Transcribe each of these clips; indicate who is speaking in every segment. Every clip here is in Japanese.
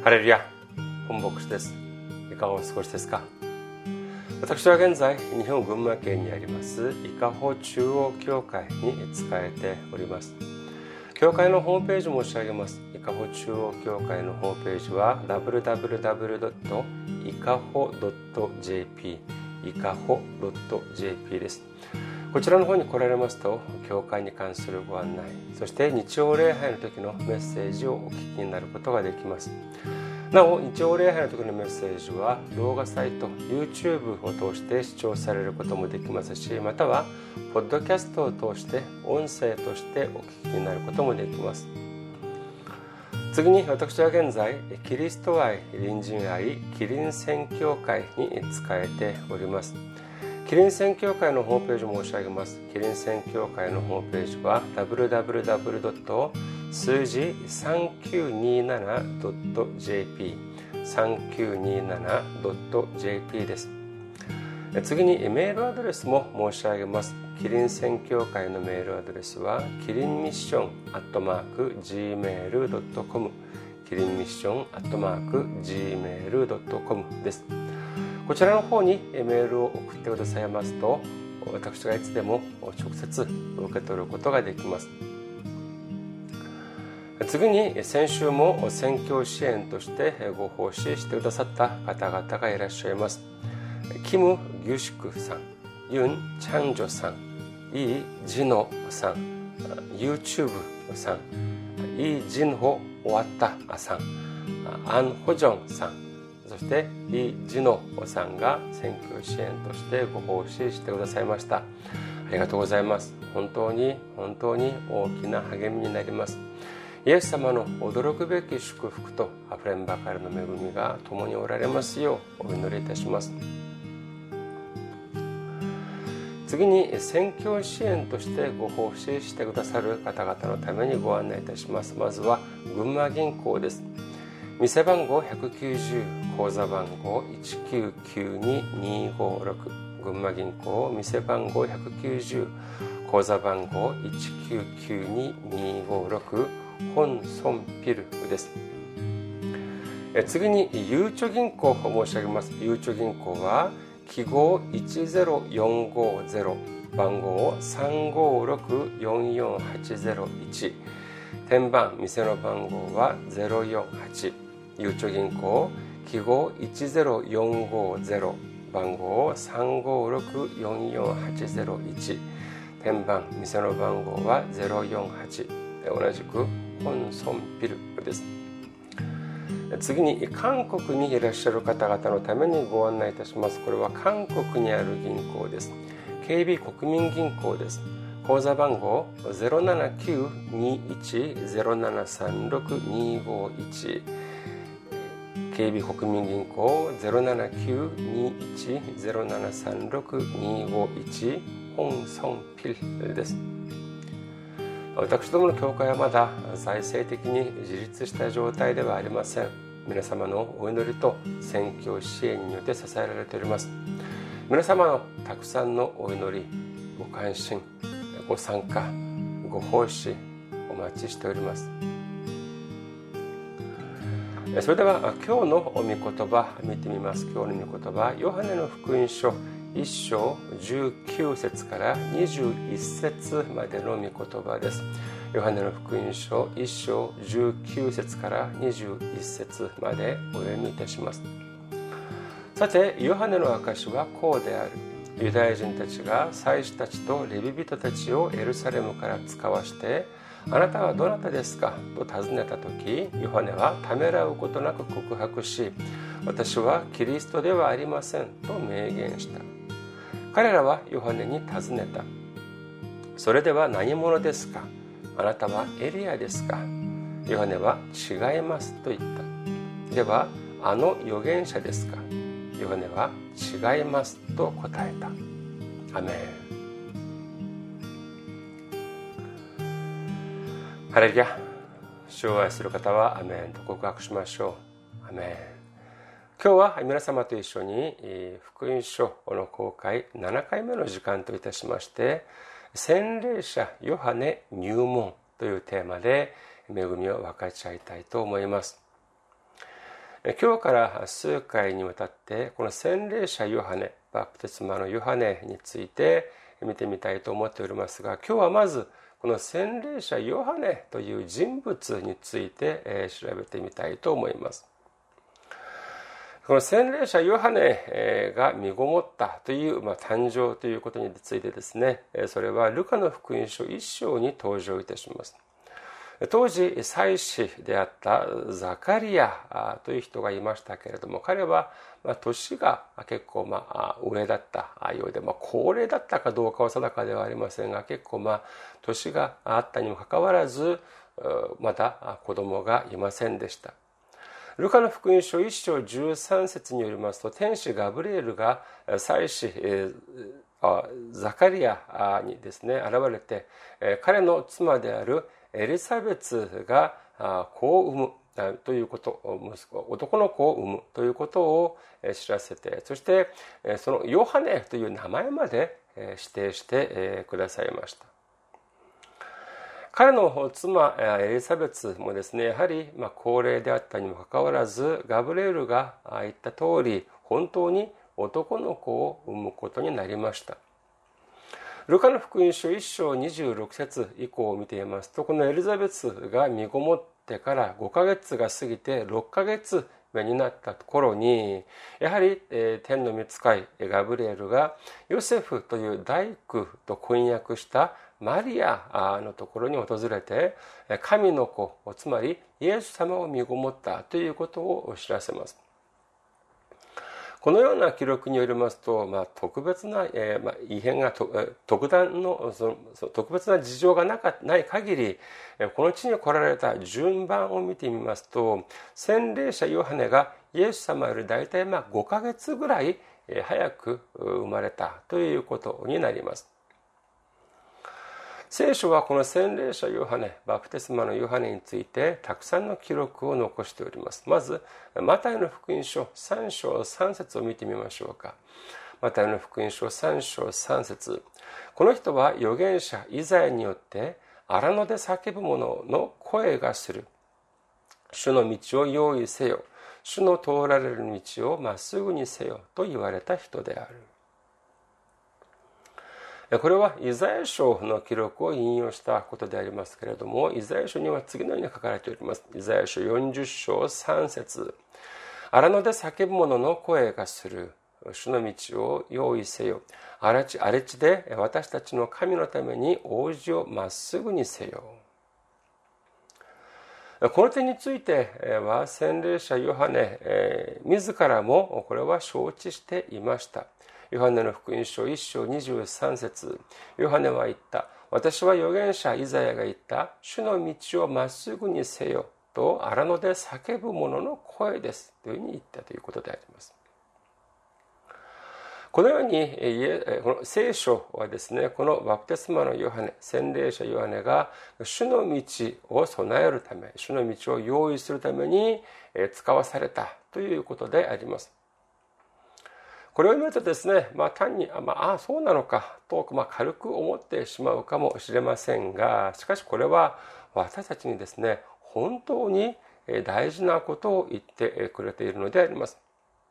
Speaker 1: ハレルヤ、本牧師です。いかがお過ごしですか？私は現在、日本群馬県にあります伊香保中央教会に仕えております。教会のホームページを申し上げます。伊香保中央教会のホームページは www.ikaho.jp いかほ .jp です。こちらの方に来られますと、教会に関するご案内、そして日曜礼拝の時のメッセージをお聞きになることができます。なお、日曜礼拝の時のメッセージは動画サイト YouTube を通して視聴されることもできますし、またはポッドキャストを通して音声としてお聞きになることもできます。次に、私は現在キリスト愛、隣人愛、キリン宣教会に仕えております。キリン宣教会のホームページを申し上げます。キリン宣教会のホームページは www. 数字 3927.jp 3927.jp です。次にメールアドレスも申し上げます。キリン宣教会のメールアドレスはキリンミッション@gmail.com キリンミッション@gmail.com です。こちらの方にメールを送ってくださいますと、私がいつでも直接受け取ることができます。次に、先週も宣教支援としてご奉仕してくださった方々がいらっしゃいます。キム・ギュシクさん、ユン・チャンジョさん、イ・ジノさん、YouTube さん、イ・ジンホ・オワッタさん、アン・ホジョンさん、そしてイ・ジノさんが宣教支援としてご奉仕してくださいました。ありがとうございます。本当に大きな励みになります。イエス様の驚くべき祝福とあふれんばかりの恵みが共におられますようお祈りいたします。次に、宣教支援としてご奉仕してくださる方々のためにご案内いたします。まずは群馬銀行です。店番号190、口座番号1992256、群馬銀行店番号190、口座番号1992256、本村ピルです。次に、ゆうちょ銀行を申し上げます。ゆうちょ銀行は記号10450、番号35644801、店番店の番号は048、ゆうちょ銀行記号10450、番号35644801、店番店の番号は048、同じく本村ピルです。次に、韓国にいらっしゃる方々のためにご案内いたします。これは韓国にある銀行です。KB 国民銀行です。口座番号 079-21-0736-251、 KB 国民銀行 079-21-0736-251、 本村ピルです。私どもの教会はまだ財政的に自立した状態ではありません。皆様のお祈りと宣教支援によって支えられております。皆様のたくさんのお祈り、ご関心、ご参加、ご奉仕お待ちしております。それでは今日の御言葉見てみます。今日の御言葉、ヨハネの福音書1章19節から21節までの御言葉です。ヨハネの福音書1章19節から21節までお読みいたします。さて、ヨハネの証はこうである。ユダヤ人たちが祭司たちとレビ人たちをエルサレムから使わして、あなたはどなたですかと尋ねたとき、ヨハネはためらうことなく告白し、私はキリストではありませんと明言した。彼らはヨハネに尋ねた。それでは何者ですか？あなたはエリアですか？ヨハネは違いますと言った。では、あの預言者ですか？ヨハネは違いますと答えた。アメン。ハレルヤ。主を愛する方はアメンと告白しましょう。アメン。今日は皆様と一緒に福音書の公開7回目の時間といたしまして、洗礼者ヨハネ入門というテーマで恵みを分かち合いたいと思います。 今日から数回にわたってこの洗礼者ヨハネ、バプテスマのヨハネについて見てみたいと思っておりますが、今日はまずこの洗礼者ヨハネという人物について調べてみたいと思います。この洗礼者ヨハネが身ごもったという、誕生ということについてですね、それはルカの福音書1章に登場いたします。当時祭司であったザカリアという人がいましたけれども、彼は年が結構上だったようで、高齢だったかどうかは定かではありませんが、結構年があったにもかかわらずまだ子供がいませんでした。ルカの福音書1章13節によりますと、天使ガブリエルが祭司ザカリアにですね現れて、彼の妻であるエリザベツが子を産むということ、男の子を産むということを知らせて、そしてそのヨハネという名前まで指定してくださいました。彼の妻エリザベツもですね、やはり高齢であったにもかかわらず、ガブリエルが言った通り、本当に男の子を産むことになりました。ルカの福音書1章26節以降を見ていますと、このエリザベツが身ごもってから5ヶ月が過ぎて6ヶ月目になった頃に、やはり天の御使いガブリエルがヨセフという大工と婚約したマリアのところに訪れて、神の子、つまりイエス様を身ごもったということを知らせます。このような記録によりますと、特別な異変が特別な事情がない限り、この地に来られた順番を見てみますと、洗礼者ヨハネがイエス様より大体5ヶ月ぐらい早く生まれたということになります。聖書はこの洗礼者ヨハネ、バプテスマのヨハネについてたくさんの記録を残しております。まずマタイの福音書3章3節を見てみましょうか。マタイの福音書3章3節、この人は預言者イザヤによって荒野で叫ぶ者の声がする。主の道を用意せよ、主の通られる道をまっすぐにせよと言われた人である。これはイザヤ書の記録を引用したことでありますけれども、イザヤ書には次のように書かれております。イザヤ書40章3節、荒野で叫ぶ者の声がする。主の道を用意せよ。荒れ地で私たちの神のために王子をまっすぐにせよ。この点については洗礼者ヨハネ自らもこれは承知していました。ヨハネの福音書1章23節、ヨハネは言った。私は預言者イザヤが言った。主の道をまっすぐにせよと荒野で叫ぶ者の声です。というふうに言ったということであります。このようにこの聖書はですね、このバプテスマのヨハネ、洗礼者ヨハネが主の道を備えるため、主の道を用意するために使わされたということであります。これを見るとですね、単にそうなのかと軽く思ってしまうかもしれませんが、しかしこれは私たちにですね、本当に大事なことを言ってくれているのであります。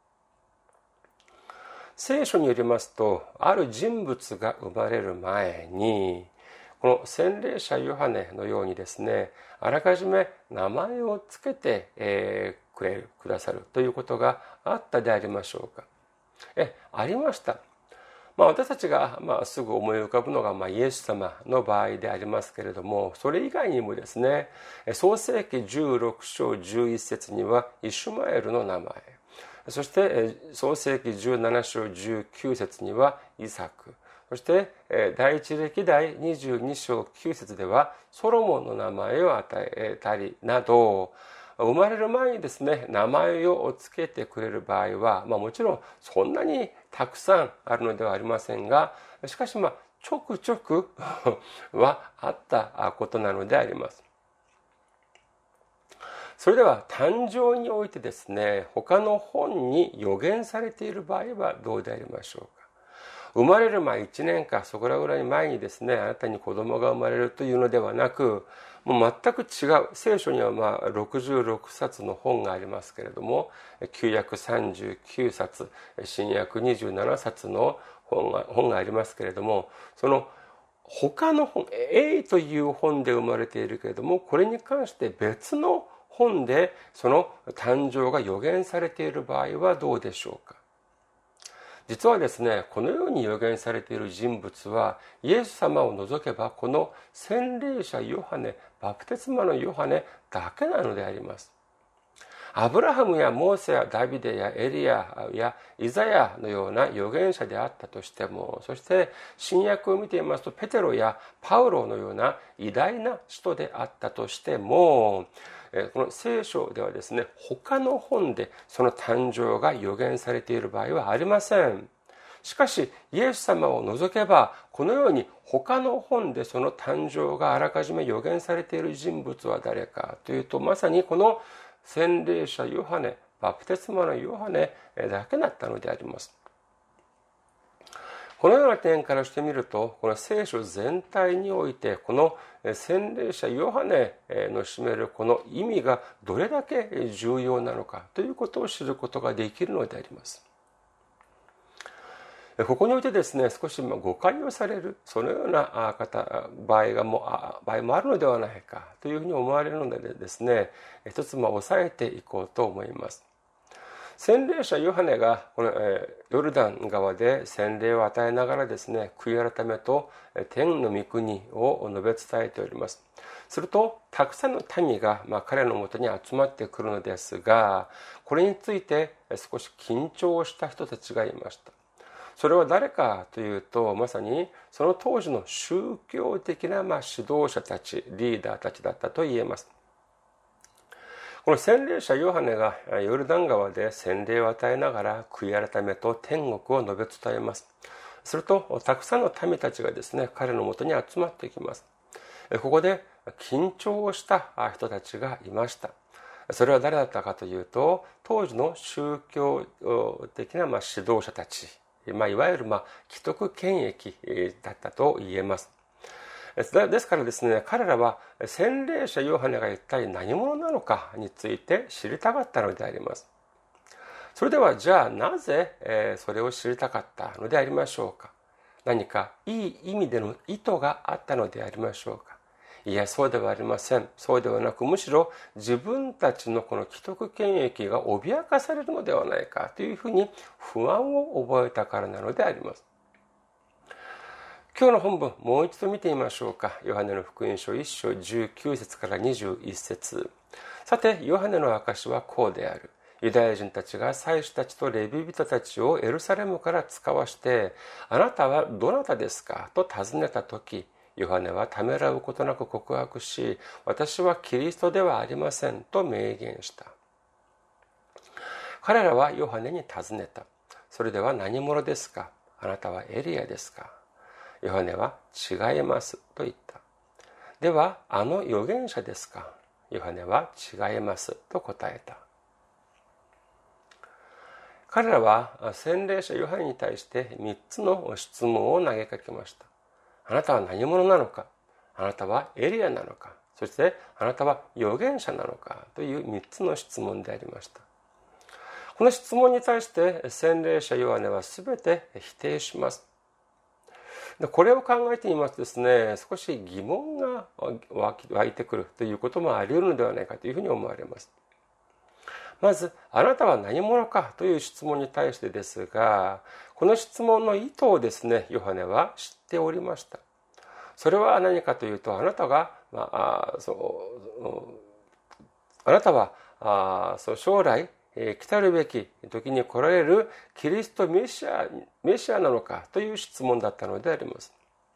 Speaker 1: 聖書によりますと、ある人物が生まれる前に、この洗礼者ヨハネのようにですね、あらかじめ名前をつけてくださるということがあったでありましょうか。ありました。私たちがすぐ思い浮かぶのがイエス様の場合でありますけれども、それ以外にもですね、創世記16章11節にはイシュマエルの名前、そして創世記17章19節にはイサク、そして第一歴代22章9節ではソロモンの名前を与えたりなど、生まれる前にですね、名前を付けてくれる場合は、もちろんそんなにたくさんあるのではありませんが、しかしちょくちょくはあったことなのであります。それでは誕生においてですね、他の本に予言されている場合はどうでありましょうか。 生まれる前1年かそこらぐらい前にですね、あなたに子供が生まれるというのではなく、もう全く違う。聖書には66冊の本がありますけれども、旧約39冊、新約27冊の本がありますけれども、その他の本、A という本で生まれているけれども、これに関して別の本でその誕生が予言されている場合はどうでしょうか。実はですね、このように予言されている人物は、イエス様を除けば、この洗礼者ヨハネ、バプテスマのヨハネだけなのであります。アブラハムやモーセやダビデやエリアやイザヤのような預言者であったとしても、そして新約を見ていますとペテロやパウロのような偉大な人であったとしても、この聖書ではですね、他の本でその誕生が予言されている場合はありません。しかしイエス様を除けば、このように他の本でその誕生があらかじめ予言されている人物は誰かというと、まさにこの洗礼者ヨハネ、バプテスマのヨハネだけだったのであります。このような点からしてみると、この聖書全体において、この洗礼者ヨハネの占めるこの意味がどれだけ重要なのかということを知ることができるのであります。ここにおいてですね、少し誤解をされる、そのような場合もあるのではないかというふうに思われるのでですね、一つ押さえていこうと思います。洗礼者ヨハネがこのヨルダン川で洗礼を与えながらですね、悔い改めと天の御国を述べ伝えております。するとたくさんの民が彼のもとに集まってくるのですが、これについて少し緊張した人たちがいました。それは誰かというと、まさにその当時の宗教的な指導者たち、リーダーたちだったと言えます。この洗礼者ヨハネがヨルダン川で洗礼を与えながら悔い改めと天国を述べ伝えます。するとたくさんの民たちがですね、彼のもとに集まってきます。ここで緊張した人たちがいました。それは誰だったかというと、当時の宗教的な指導者たち、いわゆる既得権益だったと言えます。ですからですね、彼らは洗礼者ヨハネが一体何者なのかについて知りたかったのであります。それではじゃあなぜそれを知りたかったのでありましょうか。何かいい意味での意図があったのでありましょうか。いや、そうではありません。そうではなく、むしろ自分たちのこの既得権益が脅かされるのではないかというふうに不安を覚えたからなのであります。今日の本文、もう一度見てみましょうか。ヨハネの福音書1章19節から21節。さて、ヨハネの証はこうである。ユダヤ人たちが祭司たちとレビ人たちをエルサレムから使わして、あなたはどなたですかと尋ねたとき、ヨハネはためらうことなく告白し、私はキリストではありませんと明言した。彼らはヨハネに尋ねた。それでは何者ですか？あなたはエリアですか？ヨハネは違いますと言った。ではあの預言者ですか？ヨハネは違いますと答えた。彼らは洗礼者ヨハネに対して3つの質問を投げかけました。あなたは何者なのか？あなたはエリアなのか？そしてあなたは預言者なのか？という3つの質問でありました。この質問に対して洗礼者ヨハネは全て否定します。これを考えてみますとですね、少し疑問が湧いてくるということもあり得るのではないかというふうに思われます。まず、あなたは何者かという質問に対してですが、この質問の意図をですね、ヨハネは知っておりました。それは何かというと、あなたは将来来たるべき時に来られるキリストメシアなのかという質問だったのであります。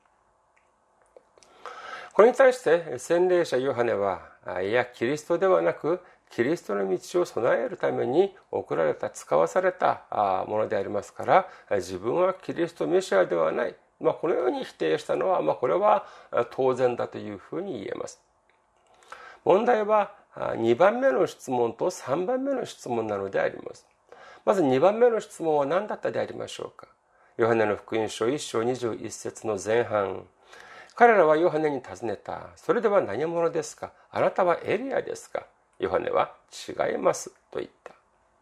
Speaker 1: これに対して洗礼者ヨハネは、いやキリストではなくキリストの道を備えるために送られた、使わされたものでありますから、自分はキリストメシアではない、このように否定したのは、これは当然だというふうに言えます。問題は2番目の質問と3番目の質問なのであります。まず2番目の質問は何だったでありましょうか。 ヨハネの福音書1章21節の前半、彼らはヨハネに尋ねた。それでは何者ですか？あなたはエリアですか？ヨハネは違いますと言った。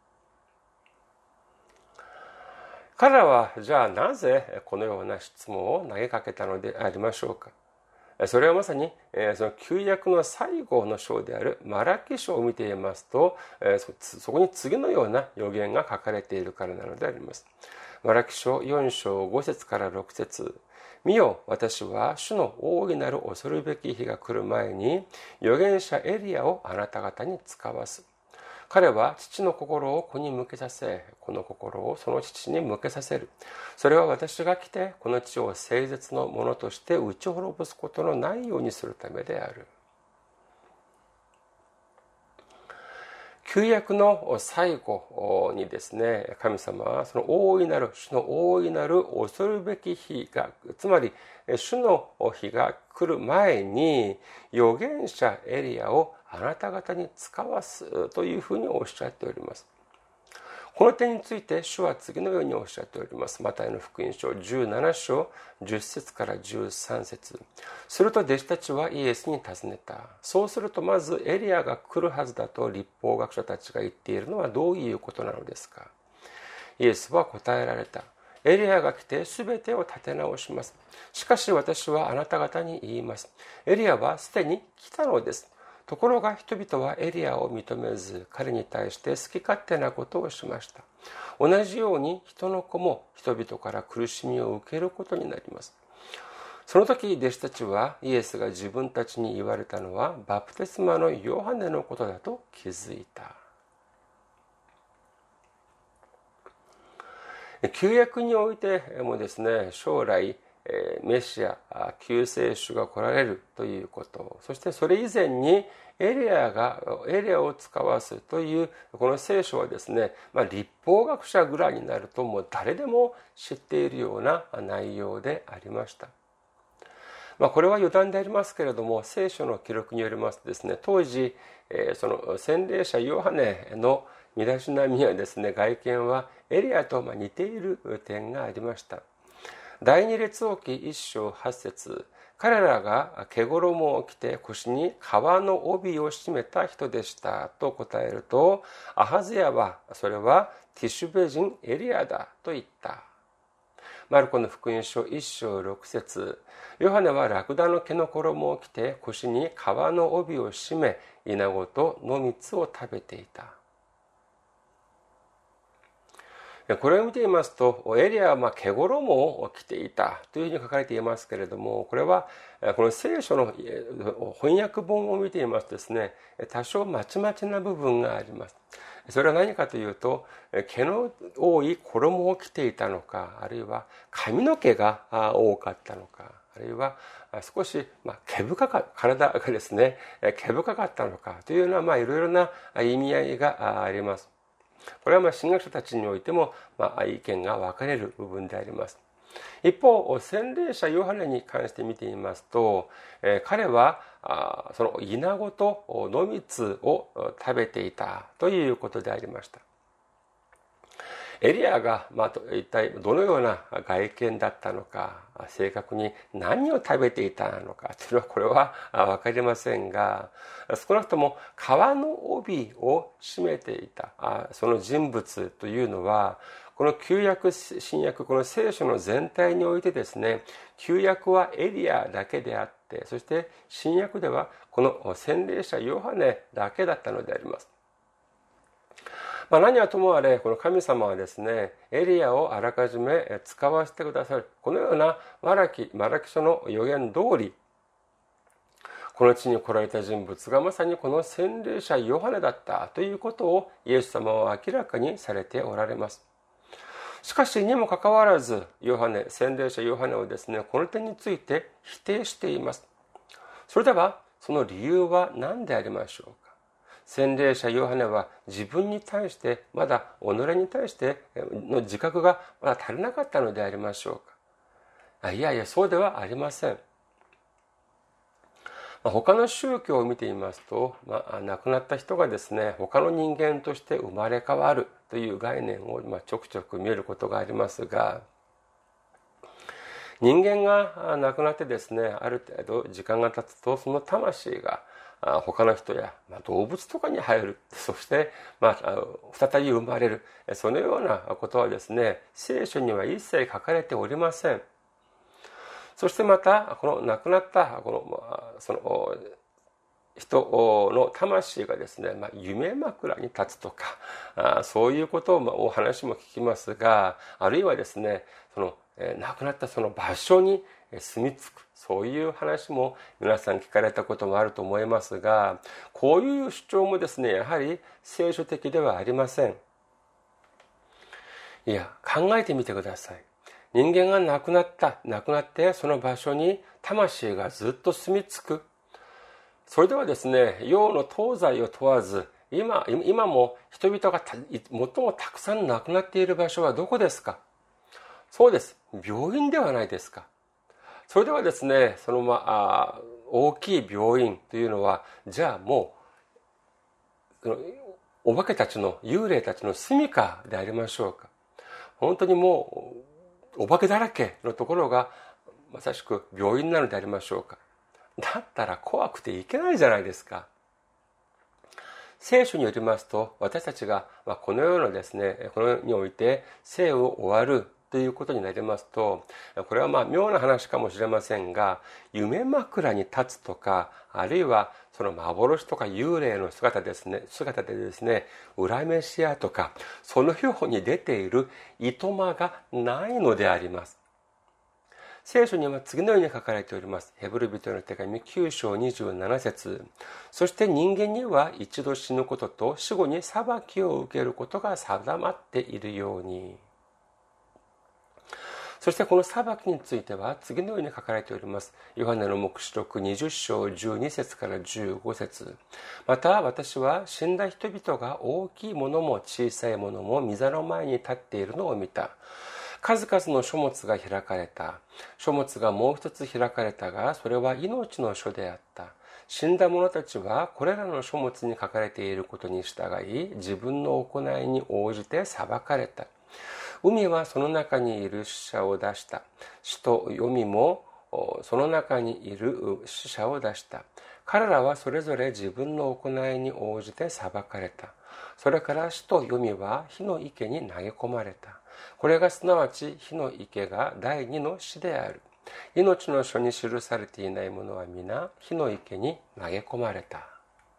Speaker 1: 彼らはじゃあなぜこのような質問を投げかけたのでありましょうか。それはまさにその旧約の最後の章であるマラキ書を見ていますと、そこに次のような予言が書かれているからなのであります。マラキ書4章5節から6節、見よ、私は主の大いなる恐るべき日が来る前に預言者エリアをあなた方に使わす。彼は父の心を子に向けさせ、子の心をその父に向けさせる。それは私が来てこの地を聖絶のものとして打ち滅ぼすことのないようにするためである。旧約の最後にですね、神様はその主の大いなる恐るべき日が、つまり主の日が来る前に預言者エリアをあなた方に使わすというふうにおっしゃっております。この点について主は次のようにおっしゃっております。マタイの福音書17章10節から13節。すると弟子たちはイエスに尋ねた。そうするとまずエリアが来るはずだと律法学者たちが言っているのはどういうことなのですか？イエスは答えられた。エリアが来て全てを立て直します。しかし私はあなた方に言います。エリアはすでに来たのです。ところが人々はエリアを認めず、彼に対して好き勝手なことをしました。同じように人の子も人々から苦しみを受けることになります。その時弟子たちはイエスが自分たちに言われたのはバプテスマのヨハネのことだと気づいた。旧約においてもですね、将来メシア、救世主が来られるということ、そしてそれ以前にエリアを使わすというこの聖書はですね、律法学者ぐらいになるともう誰でも知っているような内容でありました。これは余談でありますけれども、聖書の記録によりますとですね、当時その洗礼者ヨハネの身だしなみやですね、外見はエリアと似ている点がありました。第二列王記1章8節、彼らが毛衣を着て腰に革の帯を締めた人でしたと答えると、アハズヤはそれはティシュベ人エリアだと言った。マルコの福音書1章6節、ヨハネはラクダの毛の衣を着て腰に革の帯を締め、イナゴと野蜜を食べていた。これを見ていますと、エリアは毛衣を着ていたというふうに書かれていますけれども、これはこの聖書の翻訳本を見ていますとですね、多少まちまちな部分があります。それは何かというと、毛の多い衣を着ていたのか、あるいは髪の毛が多かったのか、あるいは少し毛深か体がですね、毛深かったのかというようないろいろな意味合いがあります。これは神学者たちにおいても意見が分かれる部分であります。一方、洗礼者ヨハネに関して見てみますと、彼はそのイナゴと野蜜を食べていたということでありました。エリアが一体どのような外見だったのか、正確に何を食べていたのかというのはこれは分かりませんが、少なくとも革の帯を締めていたその人物というのは、この旧約新約、この聖書の全体においてですね、旧約はエリアだけであって、そして新約ではこの洗礼者ヨハネだけだったのであります。何はともあれ、この神様はですね、エリアをあらかじめ使わせてくださる。このようなマラキ書の予言通り、この地に来られた人物がまさにこの洗礼者ヨハネだったということをイエス様は明らかにされておられます。しかしにもかかわらず、洗礼者ヨハネはですね、この点について否定しています。それでは、その理由は何でありましょうか。洗礼者ヨハネは自分に対して、まだ己に対しての自覚がまだ足りなかったのでありましょうか。いやいや、そうではありません。他の宗教を見てみますと、亡くなった人がですね、他の人間として生まれ変わるという概念をちょくちょく見ることがありますが、 人間が亡くなってですね、ある程度時間が経つと、その魂が他の人や動物とかに入る。そして、再び生まれる。そのようなことはですね、聖書には一切書かれておりません。そしてまた、この亡くなった、その人の魂がですね、夢枕に立つとか、そういうことをお話も聞きますが、あるいはですね、亡くなったその場所に住み着く、そういう話も皆さん聞かれたこともあると思いますが、こういう主張もですね、やはり聖書的ではありません。いや、考えてみてください。人間が亡くなってその場所に魂がずっと住み着く。それではですね、世の東西を問わず、今も人々が最もたくさん亡くなっている場所はどこですか？そうです。病院ではないですか。それではですね、大きい病院というのは、じゃあもう、お化けたちの、幽霊たちの住処でありましょうか。本当にもう、お化けだらけのところが、まさしく病院なのでありましょうか。だったら怖くていけないじゃないですか。聖書によりますと、私たちがこの世のですね、この世において生を終わるということになりますと、これは妙な話かもしれませんが、夢枕に立つとか、あるいはその幻とか幽霊の姿でですね、恨めし屋とか、そのように出ているいとまがないのであります。聖書には次のように書かれております。ヘブル人への手紙9章27節。そして人間には一度死ぬことと死後に裁きを受けることが定まっているように。そしてこの裁きについては次のように書かれております。ヨハネの黙示録20章12節から15節。また私は死んだ人々が大きいものも小さいものも御座の前に立っているのを見た。数々の書物が開かれた。書物がもう一つ開かれたが、それは命の書であった。死んだ者たちはこれらの書物に書かれていることに従い、自分の行いに応じて裁かれた。海はその中にいる死者を出した。死と黄泉もその中にいる死者を出した。彼らはそれぞれ自分の行いに応じて裁かれた。それから死と黄泉は火の池に投げ込まれた。これがすなわち火の池が第二の死である。命の書に記されていないものは皆火の池に投げ込まれた。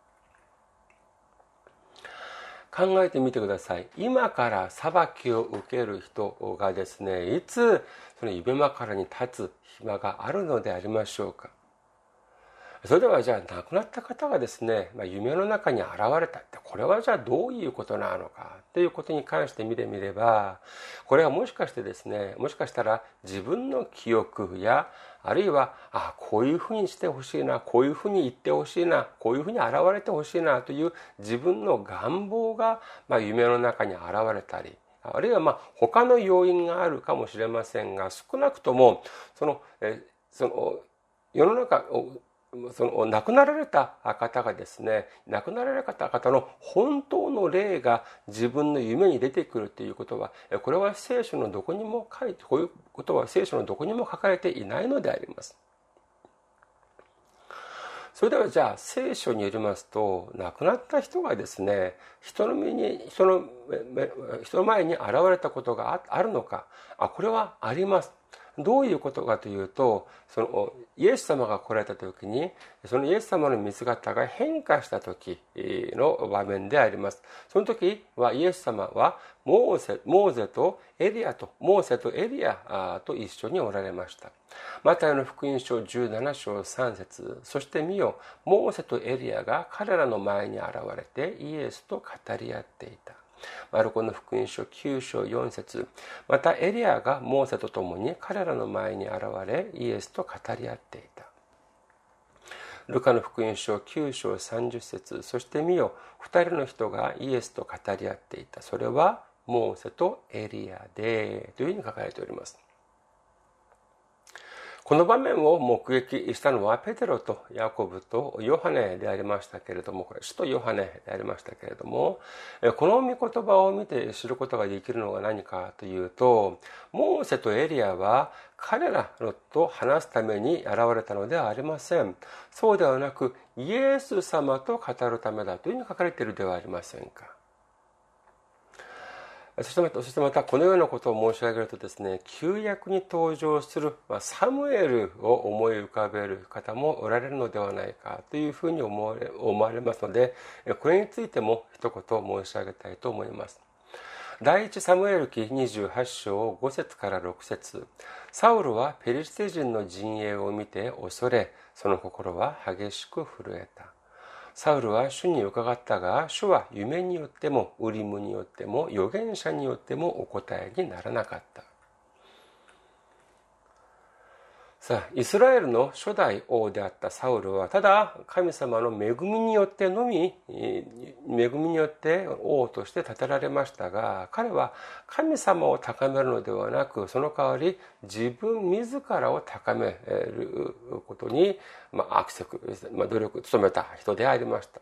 Speaker 1: 考えてみてください。今から裁きを受ける人がですね、いつその夢枕に立つ暇があるのでありましょうか。それではじゃあ亡くなった方がですね、夢の中に現れたって、これはじゃあどういうことなのかということに関して見てみれば、これはもしかしてですね、もしかしたら自分の記憶や、あるいはこういうふうにしてほしいな、こういうふうに言ってほしいな、こういうふうに現れてほしいなという自分の願望が夢の中に現れたり、あるいは他の要因があるかもしれませんが、少なくともその世の中亡くなられた方がですね、亡くなられた方の本当の霊が自分の夢に出てくるということは、これは聖書のどこにもこういうことは聖書のどこにも書かれていないのであります。それではじゃあ聖書によりますと、亡くなった人がですね、人の前に現れたことがあるのか。これはあります。どういうことかというと、そのイエス様が来られた時に、そのイエス様の見姿が変化した時の場面であります。その時はイエス様はモーセとエリアと一緒におられました。マタイの福音書17章3節。そして見よ、モーセとエリアが彼らの前に現れてイエスと語り合っていた。マルコの福音書9章4節。またエリアがモーセと共に彼らの前に現れイエスと語り合っていた。ルカの福音書9章30節。そして見よ、二人の人がイエスと語り合っていた。それはモーセとエリアで、というふうに書かれております。 この場面を目撃したのはペテロとヤコブとヨハネでありましたけれども、これ使徒ヨハネでありましたけれども、この御言葉を見て知ることができるのが何かというと、モーセとエリアは彼らと話すために現れたのではありません。そうではなく、イエス様と語るためだというふうに書かれているではありませんか。そしてまたこのようなことを申し上げるとですね、旧約に登場するサムエルを思い浮かべる方もおられるのではないかというふうに思われますので、これについても一言申し上げたいと思います。第一サムエル記28章5節から6節、サウルはペリシテ人の陣営を見て恐れ、その心は激しく震えた。サウルは主に伺ったが、主は夢によってもウリムによっても預言者によってもお答えにならなかった。さあ、イスラエルの初代王であったサウルはただ神様の恵みによってのみ、恵みによって王として立てられましたが、彼は神様を高めるのではなく、その代わり自分自らを高めることに努力、努めた人でありました。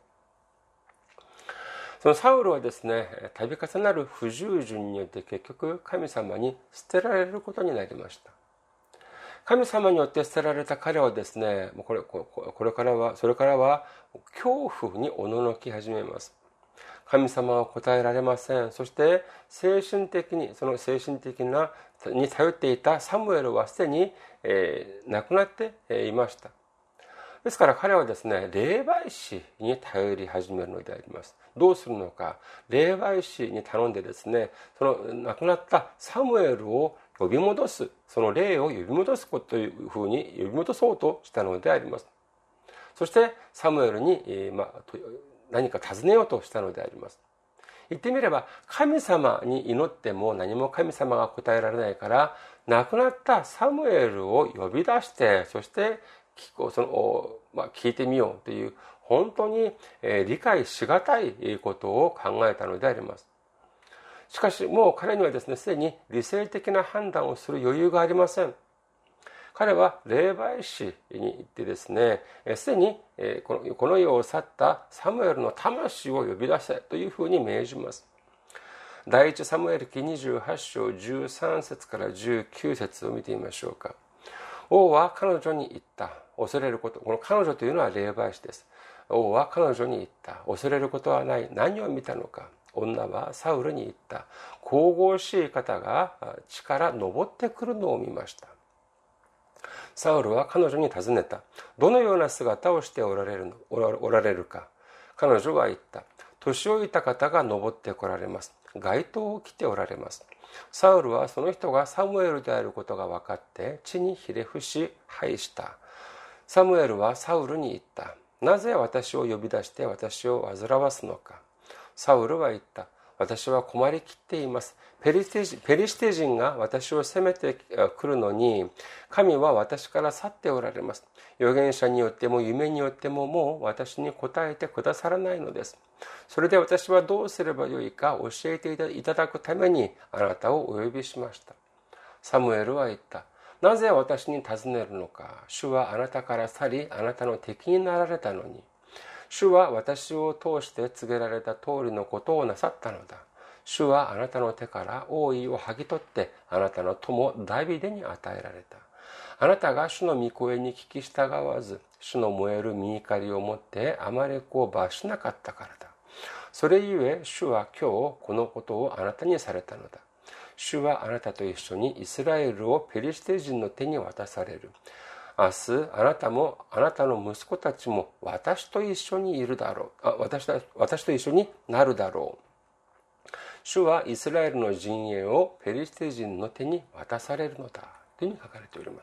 Speaker 1: そのサウルはですね、度重なる不従順によって結局神様に捨てられることになりました。神様によって捨てられた彼はですね、それからは恐怖におののき始めます。神様は答えられません。そして精神的に頼っていたサムエルはすでに、亡くなっていました。ですから彼はですね、霊媒師に頼り始めるのであります。どうするのか、霊媒師に頼んでですね、その亡くなったサムエルを呼び戻す、その霊を呼び戻すことというふうに呼び戻そうとしたのであります。そしてサムエルに何か尋ねようとしたのであります。言ってみれば、神様に祈っても何も神様が答えられないから、亡くなったサムエルを呼び出して、そして聞いてみようという、本当に理解しがたいことを考えたのであります。しかしもう彼にはですね、すでに理性的な判断をする余裕がありません。彼は霊媒師に行ってですね、すでにこの世を去ったサムエルの魂を呼び出せというふうに命じます。第一サムエル記28章13節から19節を見てみましょうか。王は彼女に言った。恐れること。この彼女というのは霊媒師です。王は彼女に言った。恐れることはない。何を見たのか。女はサウルに言った。神々しい方が地から昇ってくるのを見ました。サウルは彼女に尋ねた。どのような姿をしておられるか。彼女は言った。年老いた方が昇ってこられます。街灯を着ておられます。サウルはその人がサムエルであることが分かって地にひれ伏し拝した。サムエルはサウルに言った。なぜ私を呼び出して私を煩わすのか。サウルは言った。私は困りきっています。ペリシテ人が私を攻めてくるのに、神は私から去っておられます。預言者によっても夢によってももう私に答えてくださらないのです。それで私はどうすればよいか教えていただくためにあなたをお呼びしました。サムエルは言った。なぜ私に尋ねるのか。主はあなたから去り、あなたの敵になられたのに。主は私を通して告げられた通りのことをなさったのだ。主はあなたの手から王位を剥ぎ取ってあなたの友ダビデに与えられた。あなたが主の御声に聞き従わず、主の燃える御怒りをもってアマレクを罰しなかったからだ。それゆえ主は今日このことをあなたにされたのだ。主はあなたと一緒にイスラエルをペリシテ人の手に渡される。明日あなたもあなたの息子たちも私と一緒にいるだろう。私と一緒になるだろう。主はイスラエルの陣営をペリシテ人の手に渡されるのだというふうに書かれております。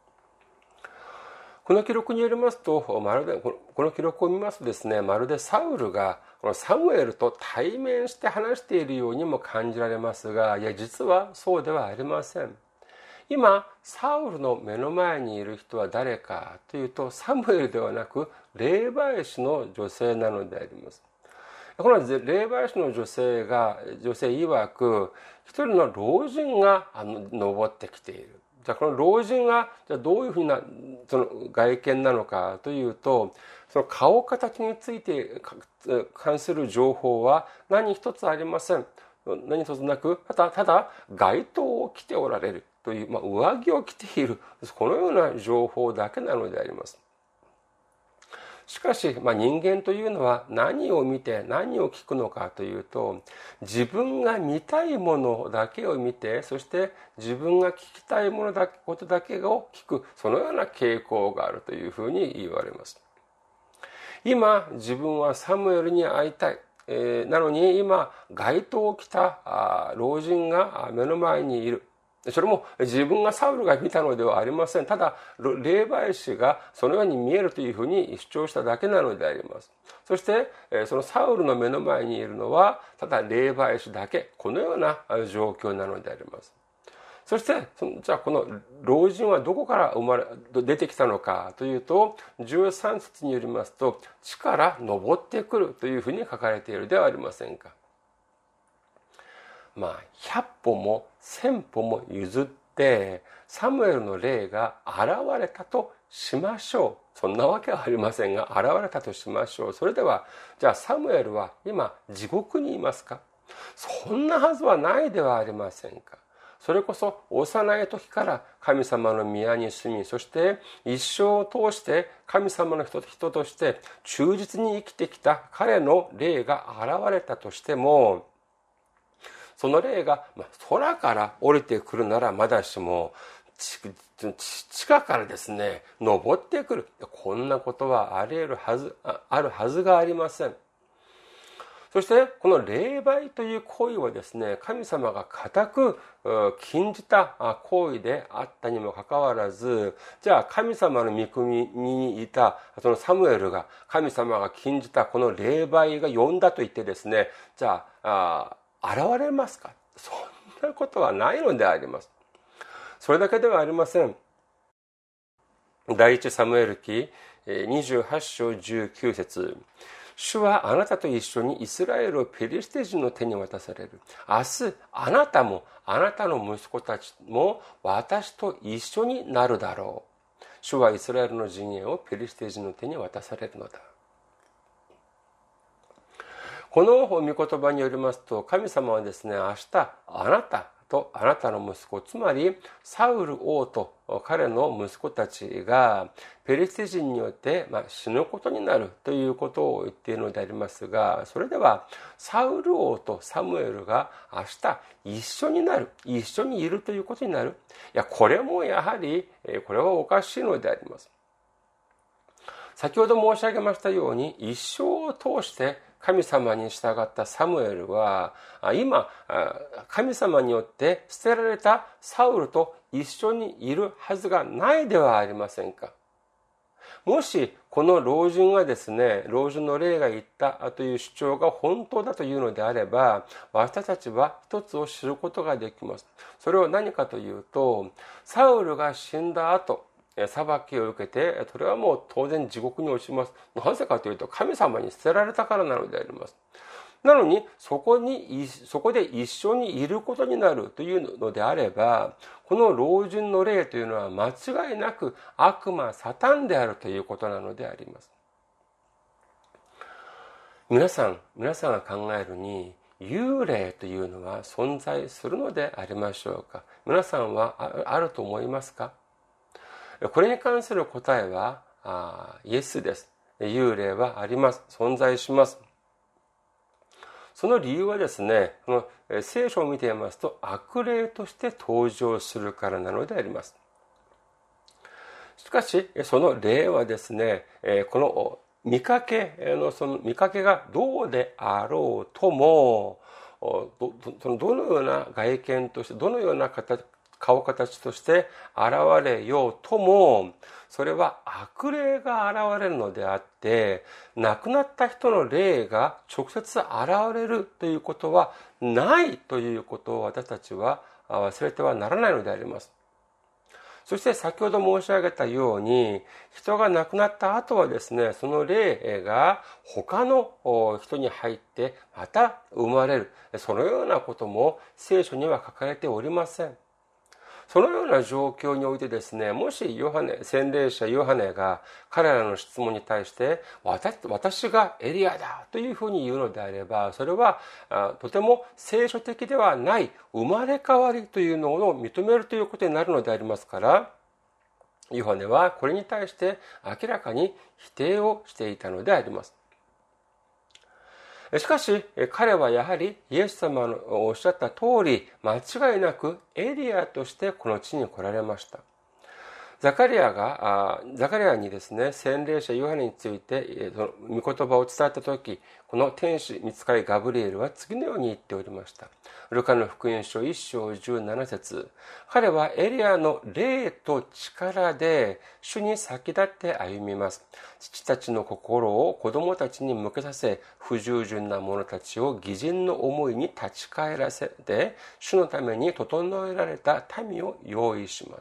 Speaker 1: この記録によりますと、この記録を見ますとですね、まるでサウルがこのサムエルと対面して話しているようにも感じられますが、いや実はそうではありません。今サウルの目の前にいる人は誰かというと、サムエルではなく霊媒師の女性なのであります。この霊媒師の女性曰く、一人の老人が登ってきている。 じゃあこの老人がじゃあどういうふうなその外見なのかというと、その顔形について関する情報は何一つありません。何一つなく、ただ街灯を着ておられるという、上着を着ている、このような情報だけなのであります。しかし、人間というのは何を見て何を聞くのかというと、自分が見たいものだけを見て、そして自分が聞きたいことだけを聞く、そのような傾向があるというふうに言われます。今、自分はサムエルに会いたい。なのに今、街灯を着た老人が目の前にいる。それも自分がサウルが見たのではありません。ただ、霊媒師がそのように見えるというふうに主張しただけなのであります。そして、そのサウルの目の前にいるのは、ただ霊媒師だけ。このような状況なのであります。そして、じゃあこの老人はどこから出てきたのかというと、13節によりますと、地から昇ってくるというふうに書かれているではありませんか。100歩も1000歩も譲ってサムエルの霊が現れたとしましょう。そんなわけはありませんが、現れたとしましょう。それでは、じゃあサムエルは今地獄にいますか？そんなはずはないではありませんか。それこそ幼い時から神様の宮に住み、そして一生を通して神様の人として忠実に生きてきた彼の霊が現れたとしても、その霊が空から降りてくるならまだしも、地下からですね、登ってくる。こんなことはあるはずがありません。そして、この霊媒という行為はですね、神様が固く禁じた行為であったにもかかわらず、じゃあ神様の御国にいたそのサムエルが、神様が禁じたこの霊媒が呼んだと言ってですね、じゃあ現れますか？そんなことはないのであります。それだけではありません。第一サムエル記28章19節、主はあなたと一緒にイスラエルをペリシテ人の手に渡される。明日あなたもあなたの息子たちも私と一緒になるだろう。主はイスラエルの陣営をペリシテ人の手に渡されるのだ。この御言葉によりますと、神様はですね、明日あなたとあなたの息子、つまりサウル王と彼の息子たちがペリシテ人によって死ぬことになるということを言っているのでありますが、それではサウル王とサムエルが明日一緒になる、一緒にいるということになる。いや、これもやはりこれはおかしいのであります。先ほど申し上げましたように、一生を通して神様に従ったサムエルは、今神様によって捨てられたサウルと一緒にいるはずがないではありませんか。もしこの老人がですね、老人の霊が言ったという主張が本当だというのであれば、私たちは一つを知ることができます。それは何かというと、サウルが死んだ後、裁きを受けて、それはもう当然地獄に落ちます。なぜかというと、神様に捨てられたからなのであります。なのに、そこで一緒にいることになるというのであれば、この老人の霊というのは間違いなく悪魔、サタンであるということなのであります。皆さんが考えるに、幽霊というのは存在するのでありましょうか？皆さんはあると思いますか？これに関する答えはイエスです。幽霊はあります。存在します。その理由はですね、この聖書を見ていますと、悪霊として登場するからなのであります。しかし、その霊はですね、この見かけがどうであろうとも、どのような外見として、どのような顔形として現れようとも、それは悪霊が現れるのであって、亡くなった人の霊が直接現れるということはないということを私たちは忘れてはならないのであります。そして先ほど申し上げたように、人が亡くなった後はですね、その霊が他の人に入ってまた生まれる。そのようなことも聖書には書かれておりません。 そのような状況においてですね、もし洗礼者ヨハネが彼らの質問に対して、私がエリアだというふうに言うのであれば、それはとても聖書的ではない生まれ変わりというのを認めるということになるのでありますから、ヨハネはこれに対して明らかに否定をしていたのであります。しかし彼はやはりイエス様のおっしゃった通り、間違いなくエリアとしてこの地に来られました。ザカリアにですね、洗礼者ヨハネについて御言葉を伝えたとき、この天使御使いガブリエルは次のように言っておりました。ルカの福音書1章17節、彼はエリアの霊と力で主に先立って歩みます。父たちの心を子供たちに向けさせ、不従順な者たちを義人の思いに立ち返らせて、主のために整えられた民を用意します。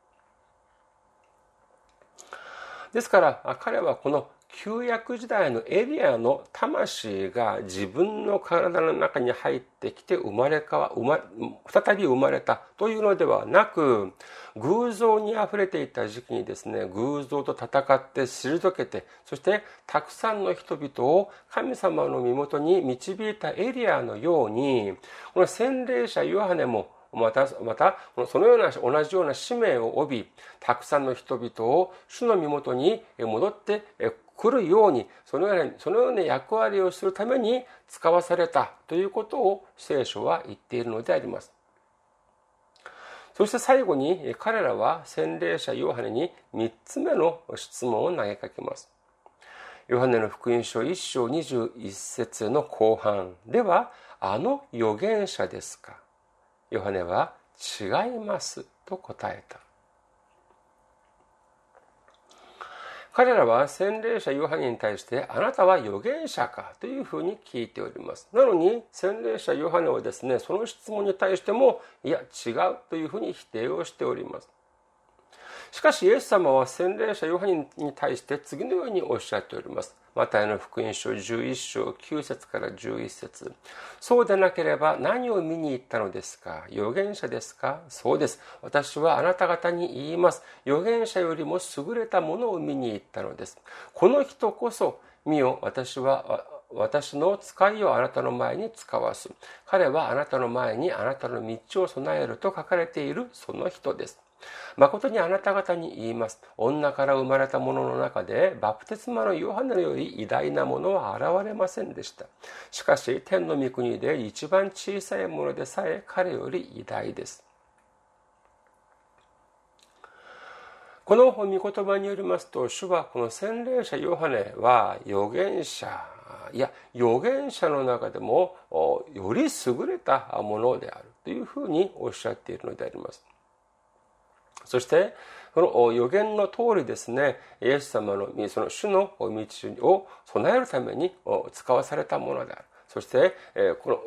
Speaker 1: ですから彼はこの旧約時代のエリアの魂が自分の体の中に入ってきて再び生まれたというのではなく、偶像にあふれていた時期にですね、偶像と戦って退けて、そしてたくさんの人々を神様の身元に導いたエリアのように、この洗礼者ヨハネもまたそのような同じような使命を帯び、たくさんの人々を主の身元に戻って来るように、そのような役割をするために使わされたということを聖書は言っているのであります。そして最後に彼らは洗礼者ヨハネに3つ目の質問を投げかけます。ヨハネの福音書1章21節の後半では、あの預言者ですか。ヨハネは違いますと答えた。彼らは洗礼者ヨハネに対して、あなたは預言者かというふうに聞いております。なのに洗礼者ヨハネはですね、その質問に対しても、いや違うというふうに否定をしております。しかしイエス様は洗礼者ヨハネに対して次のようにおっしゃっております。マタイの福音書11章9節から11節、そうでなければ何を見に行ったのですか。預言者ですか。そうです。私はあなた方に言います。預言者よりも優れたものを見に行ったのです。この人こそ、見よ、私の使いをあなたの前に使わす。彼はあなたの前にあなたの道を備えると書かれているその人です。誠にあなた方に言います。女から生まれた者の中でバプテスマのヨハネより偉大なものは現れませんでした。しかし天の御国で一番小さいものでさえ彼より偉大です。この御言葉によりますと、主はこの洗礼者ヨハネは預言者の中でもより優れたものであるというふうにおっしゃっているのであります。そしてこの預言の通りですね、イエス様のその主の道を備えるために使わされたものである。そしてこの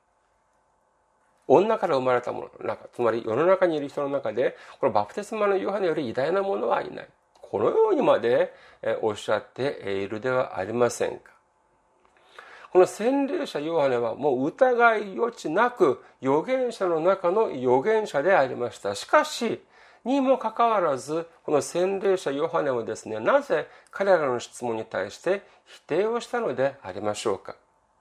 Speaker 1: 女から生まれたものの中、つまり世の中にいる人の中で、このバプテスマのヨハネより偉大なものはいない。このようにまでおっしゃっているではありませんか。この洗礼者ヨハネはもう疑い余地なく預言者の中の預言者でありました。しかしにもかかわらず、この洗礼者ヨハネはですね、なぜ彼らの質問に対して否定をしたのでありましょうか。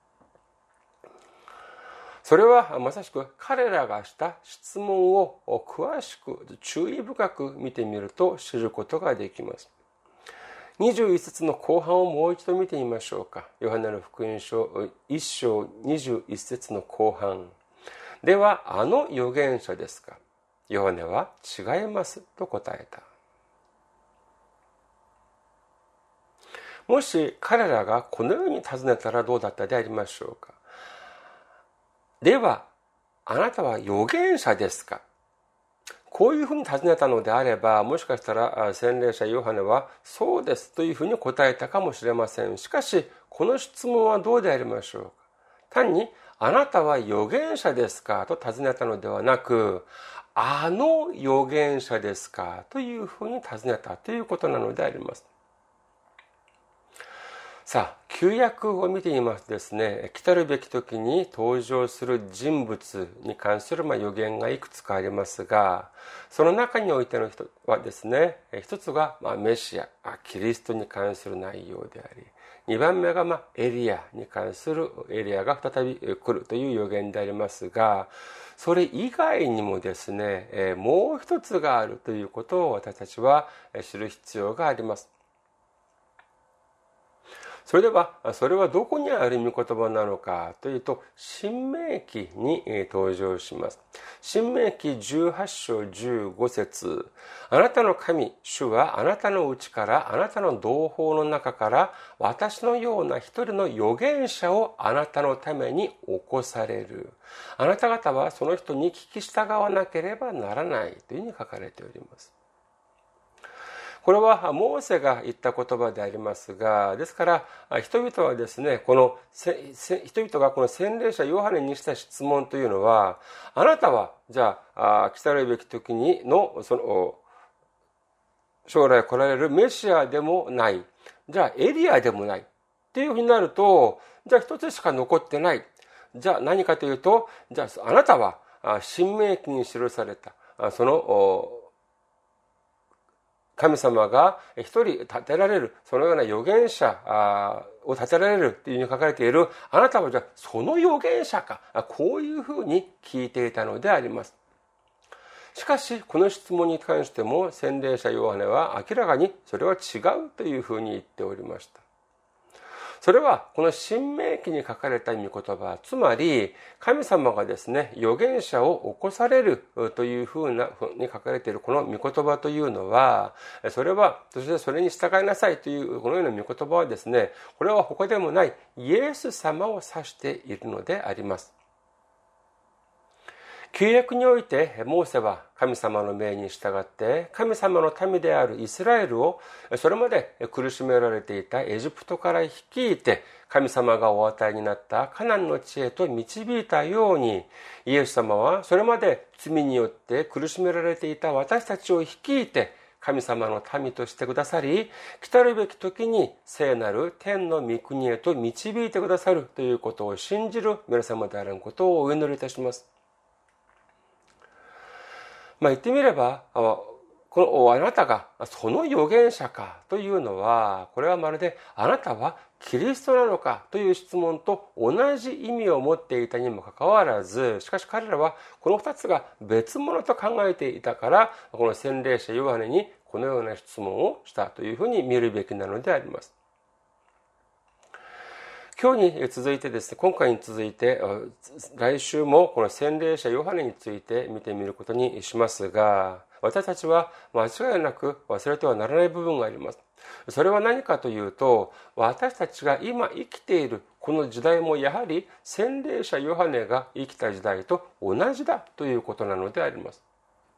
Speaker 1: それはまさしく彼らがした質問を詳しく注意深く見てみると知ることができます。21節の後半をもう一度見てみましょうか。ヨハネの福音書1章21節の後半では、あの預言者ですか。ヨハネは違いますと答えた。もし彼らがこのように尋ねたらどうだったでありましょうか。では、あなたは預言者ですか。こういうふうに尋ねたのであれば、もしかしたら洗礼者ヨハネはそうですというふうに答えたかもしれません。しかし、この質問はどうでありましょうか。単に、あなたは預言者ですかと尋ねたのではなく、あの預言者ですかというふうに尋ねたということなのであります。さあ、 旧約を見ていますとですね、来たるべき時に登場する人物に関する予言がいくつかありますが、その中においての一はですね、一つがメシア、キリストに関する内容であり、2番目がエリアに関するエリアが再び来るという予言でありますが、それ以外にもですね、もう一つがあるということを私たちは知る必要があります。それでは、それはどこにある御言葉なのかというと、申命記に登場します。申命記18章15節、あなたの神、主はあなたのうちから、あなたの同胞の中から、私のような一人の預言者をあなたのために起こされる。あなた方はその人に聞き従わなければならないというふうに書かれております。これはモーセが言った言葉でありますが、ですから人々はですね、人々がこの洗礼者ヨハネにした質問というのは、あなたはじゃあ来たるべき時にのその将来来られるメシアでもない、じゃあエリアでもないっていうふうになると、じゃあ一つしか残ってない。じゃあ何かというと、じゃああなたは申命記に記されたその神様が一人立てられる、そのような預言者を立てられるというふうに書かれている、あなたはじゃあその預言者か、こういうふうに聞いていたのであります。しかしこの質問に関しても洗礼者ヨハネは明らかにそれは違うというふうに言っておりました。それはこの申命記に書かれた御言葉、つまり神様がですね、預言者を起こされるというふうに書かれているこの御言葉というのは、そしてそれに従いなさいというこのような御言葉はですね、これは他でもないイエス様を指しているのであります。旧約においてモーセは神様の命に従って神様の民であるイスラエルをそれまで苦しめられていたエジプトから率いて神様がお与えになったカナンの地へと導いたように、イエス様はそれまで罪によって苦しめられていた私たちを率いて神様の民としてくださり、来たるべき時に聖なる天の御国へと導いてくださるということを信じる皆様であることをお祈りいたします。言ってみれば、あなたがその預言者かというのは、これはまるであなたはキリストなのかという質問と同じ意味を持っていたにもかかわらず、しかし彼らはこの二つが別物と考えていたから、この洗礼者ヨハネにこのような質問をしたというふうに見るべきなのであります。今日に続いてですね、今回に続いて来週もこの洗礼者ヨハネについて見てみることにしますが、私たちは間違いなく忘れてはならない部分があります。それは何かというと、私たちが今生きているこの時代もやはり洗礼者ヨハネが生きた時代と同じだということなのであります。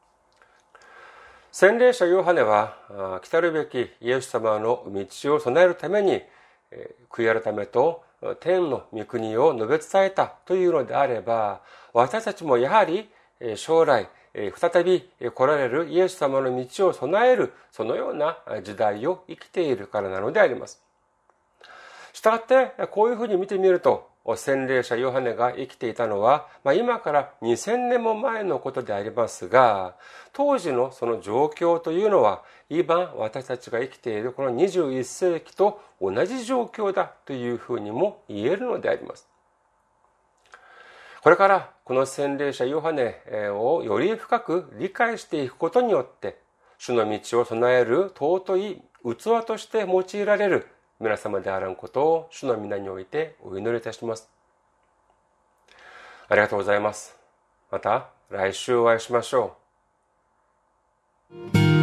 Speaker 1: 洗礼者ヨハネは来たるべきイエス様の道を備えるために悔い改めと天の御国を述べ伝えたというのであれば、私たちもやはり将来再び来られるイエス様の道を備える、そのような時代を生きているからなのであります。したがってこういうふうに見てみると、洗礼者ヨハネが生きていたのは、今から2000年も前のことでありますが、当時のその状況というのは今私たちが生きているこの21世紀と同じ状況だというふうにも言えるのであります。これからこの洗礼者ヨハネをより深く理解していくことによって、主の道を備える尊い器として用いられる皆様であらんことを主の皆においてお祈りいたします。ありがとうございます。また来週お会いしましょう。